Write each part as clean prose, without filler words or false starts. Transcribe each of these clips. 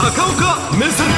高岡目線。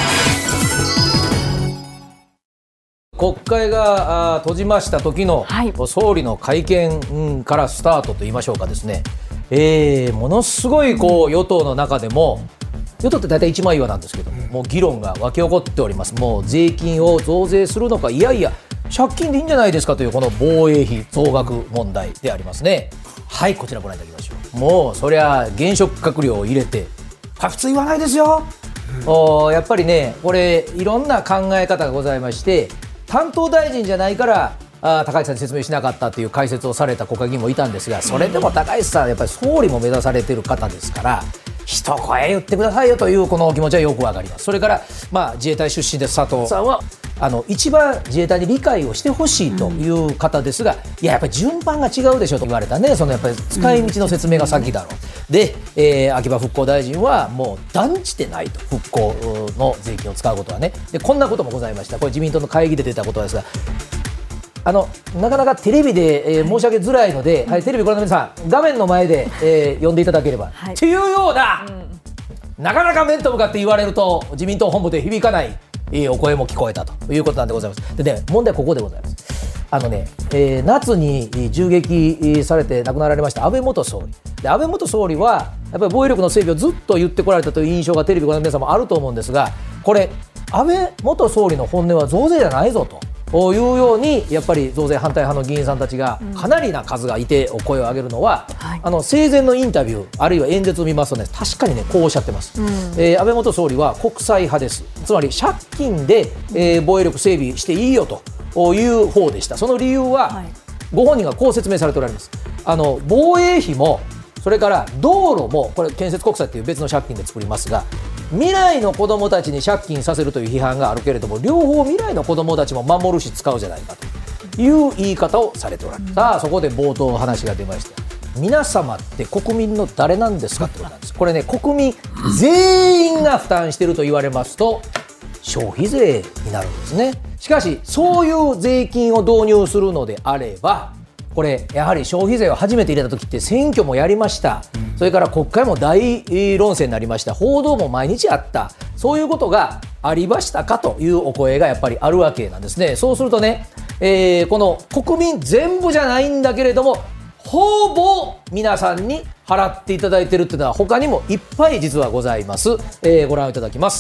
国会が閉じました時の総理の会見からスタートと言いましょうかですね、ものすごい与党の中でも、与党って大体一枚岩なんですけども、もう議論が沸き起こっております。もう税金を増税するのか、いやいや借金でいいんじゃないですかというこの防衛費増額問題でありますね。はい、こちらご覧いただきましょう。もうそりゃ現職閣僚を入れて普通言わないですよ、やっぱりね、これいろんな考え方がございまして、担当大臣じゃないから高市さんに説明しなかったという解説をされた国会議員もいたんですが、それでも高市さんやっぱり総理も目指されている方ですから、一声言ってくださいよというこのお気持ちはよくわかります。それから、自衛隊出身です佐藤さんは一番自衛隊に理解をしてほしいという方ですが、いや、やっぱり順番が違うでしょと言われたね。そのやっぱり使い道の説明が先だろう、で、秋葉復興大臣はもう断じてないと、復興の税金を使うことはね。でこんなこともございました。これ自民党の会議で出たことですが、なかなかテレビで、申し上げづらいので、テレビご覧の皆さん画面の前で、読んでいただければ、っていうような、なかなか面と向かって言われると自民党本部で響かない、お声も聞こえたということなんでございます。でね、問題はここでございます。夏に銃撃されて亡くなられました安倍元総理で、安倍元総理はやっぱり防衛力の整備をずっと言ってこられたという印象がテレビご覧の皆さんもあると思うんですが、これ安倍元総理の本音は増税じゃないぞというように、やっぱり増税反対派の議員さんたちがかなりな数がいてお声を上げるのは、生前のインタビューあるいは演説を見ますとね、確かにねこうおっしゃってます。安倍元総理は国債派です。つまり借金で、防衛力整備していいよという方でした。その理由は、ご本人がこう説明されておられます。防衛費もそれから道路も、これ建設国債っていう別の借金で作りますが、未来の子どもたちに借金させるという批判があるけれども、両方未来の子どもたちも守るし使うじゃないかという言い方をされておられます。さあ、そこで冒頭話が出ました。皆様って国民の誰なんですかってことなんです。これね、国民全員が負担していると言われますと消費税になるんですね。しかしそういう税金を導入するのであれば、これやはり消費税を初めて入れた時って選挙もやりました、それから国会も大論戦になりました、報道も毎日あった、そういうことがありましたかというお声がやっぱりあるわけなんですね。そうするとね、この国民全部じゃないんだけれども、ほぼ皆さんに払っていただいているというのは他にもいっぱい実はございます。ご覧いただきます。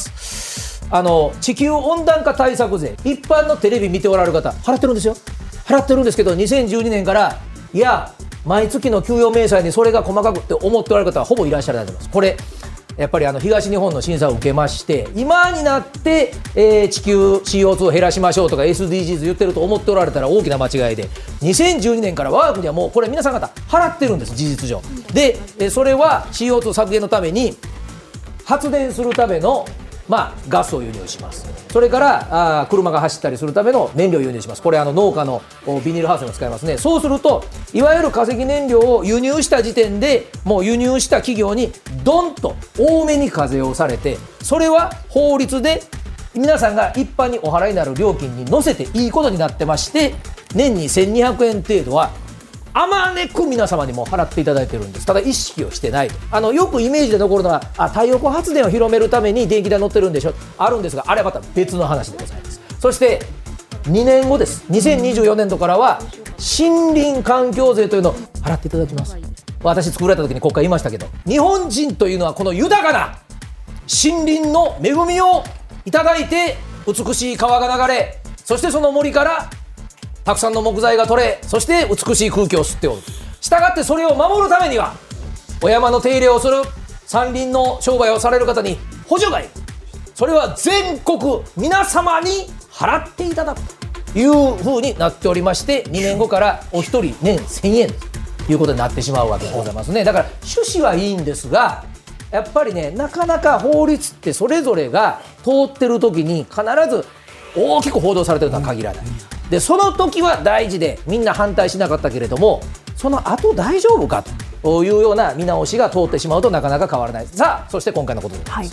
地球温暖化対策税、一般のテレビ見ておられる方払ってるんですよ。払ってるんですけど、2012年からいや毎月の給与明細にそれが細かくって思っておられる方はほぼいらっしゃらないと思います。これやっぱり東日本の審査を受けまして、今になって、地球 CO2 を減らしましょうとか SDGs 言ってると思っておられたら大きな間違いで、2012年から我が国はもうこれ皆さん方払ってるんです、事実上で。それは CO2 削減のために発電するためのガスを輸入します。それから車が走ったりするための燃料を輸入します。これ農家のビニールハウスにも使いますね。そうするといわゆる化石燃料を輸入した時点でもう輸入した企業にドンと多めに課税をされて、それは法律で皆さんが一般にお払いになる料金に乗せていいことになってまして、年に1200円程度はあまねく皆様にも払っていただいてるんです。ただ意識をしてない。よくイメージで残るのは太陽光発電を広めるために電気代乗ってるんでしょ、あるんですが、あれはまた別の話でございます。そして2年後です。2024年度からは森林環境税というのを払っていただきます。私作られた時に国会言いましたけど、日本人というのはこの豊かな森林の恵みをいただいて美しい川が流れ、そしてその森からたくさんの木材が取れ、そして美しい空気を吸っておる。したがってそれを守るためにはお山の手入れをする山林の商売をされる方に補助がいる。それは全国皆様に払っていただくというふうになっておりまして、2年後からお一人年1000円ということになってしまうわけでございますね。だから趣旨はいいんですが、やっぱりね、なかなか法律ってそれぞれが通ってる時に必ず大きく報道されてるとは限らない。でその時は大事でみんな反対しなかったけれども、その後大丈夫かというような見直しが通ってしまうとなかなか変わらない。さあ、そして今回のことでございます。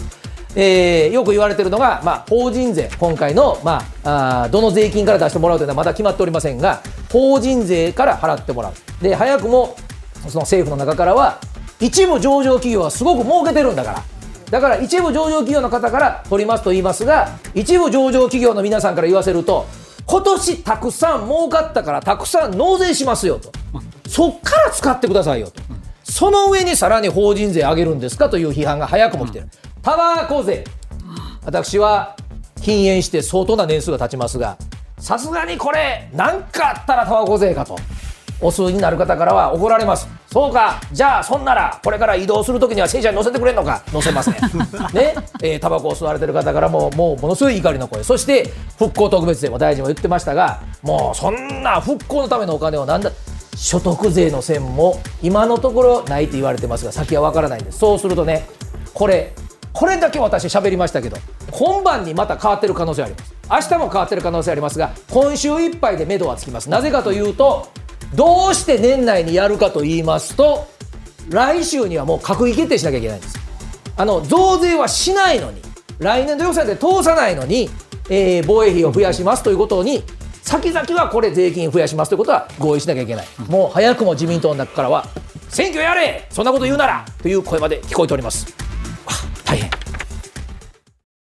よく言われているのが、法人税、今回の、どの税金から出してもらうというのはまだ決まっておりませんが、法人税から払ってもらう。で早くもその政府の中からは、一部上場企業はすごく儲けてるんだからだから一部上場企業の方から取りますと言いますが、一部上場企業の皆さんから言わせると、今年たくさん儲かったからたくさん納税しますよと、そっから使ってくださいよと、その上にさらに法人税上げるんですかという批判が早くも来てる。タバコ税、私は禁煙して相当な年数が経ちますが、さすがにこれ何かあったらタバコ税かとお吸いになる方からは怒られます。そうか、じゃあそんならこれから移動するときには戦車に乗せてくれんのか。乗せますねね、タバコを吸われてる方からもものすごい怒りの声。そして復興特別税も大臣も言ってましたが、もうそんな復興のためのお金をなんだ、所得税の線も今のところないと言われてますが、先は分からないんです。そうするとね、これだけ私喋りましたけど、今晩にまた変わってる可能性あります。明日も変わってる可能性ありますが、今週いっぱいで目処はつきます。なぜかというと、どうして年内にやるかと言いますと、来週にはもう閣議決定しなきゃいけないんです。増税はしないのに、来年度予算で通さないのに、防衛費を増やしますということに、先々はこれ税金増やしますということは合意しなきゃいけない。もう早くも自民党の中からは、選挙やれ、そんなこと言うならという声まで聞こえております。大変。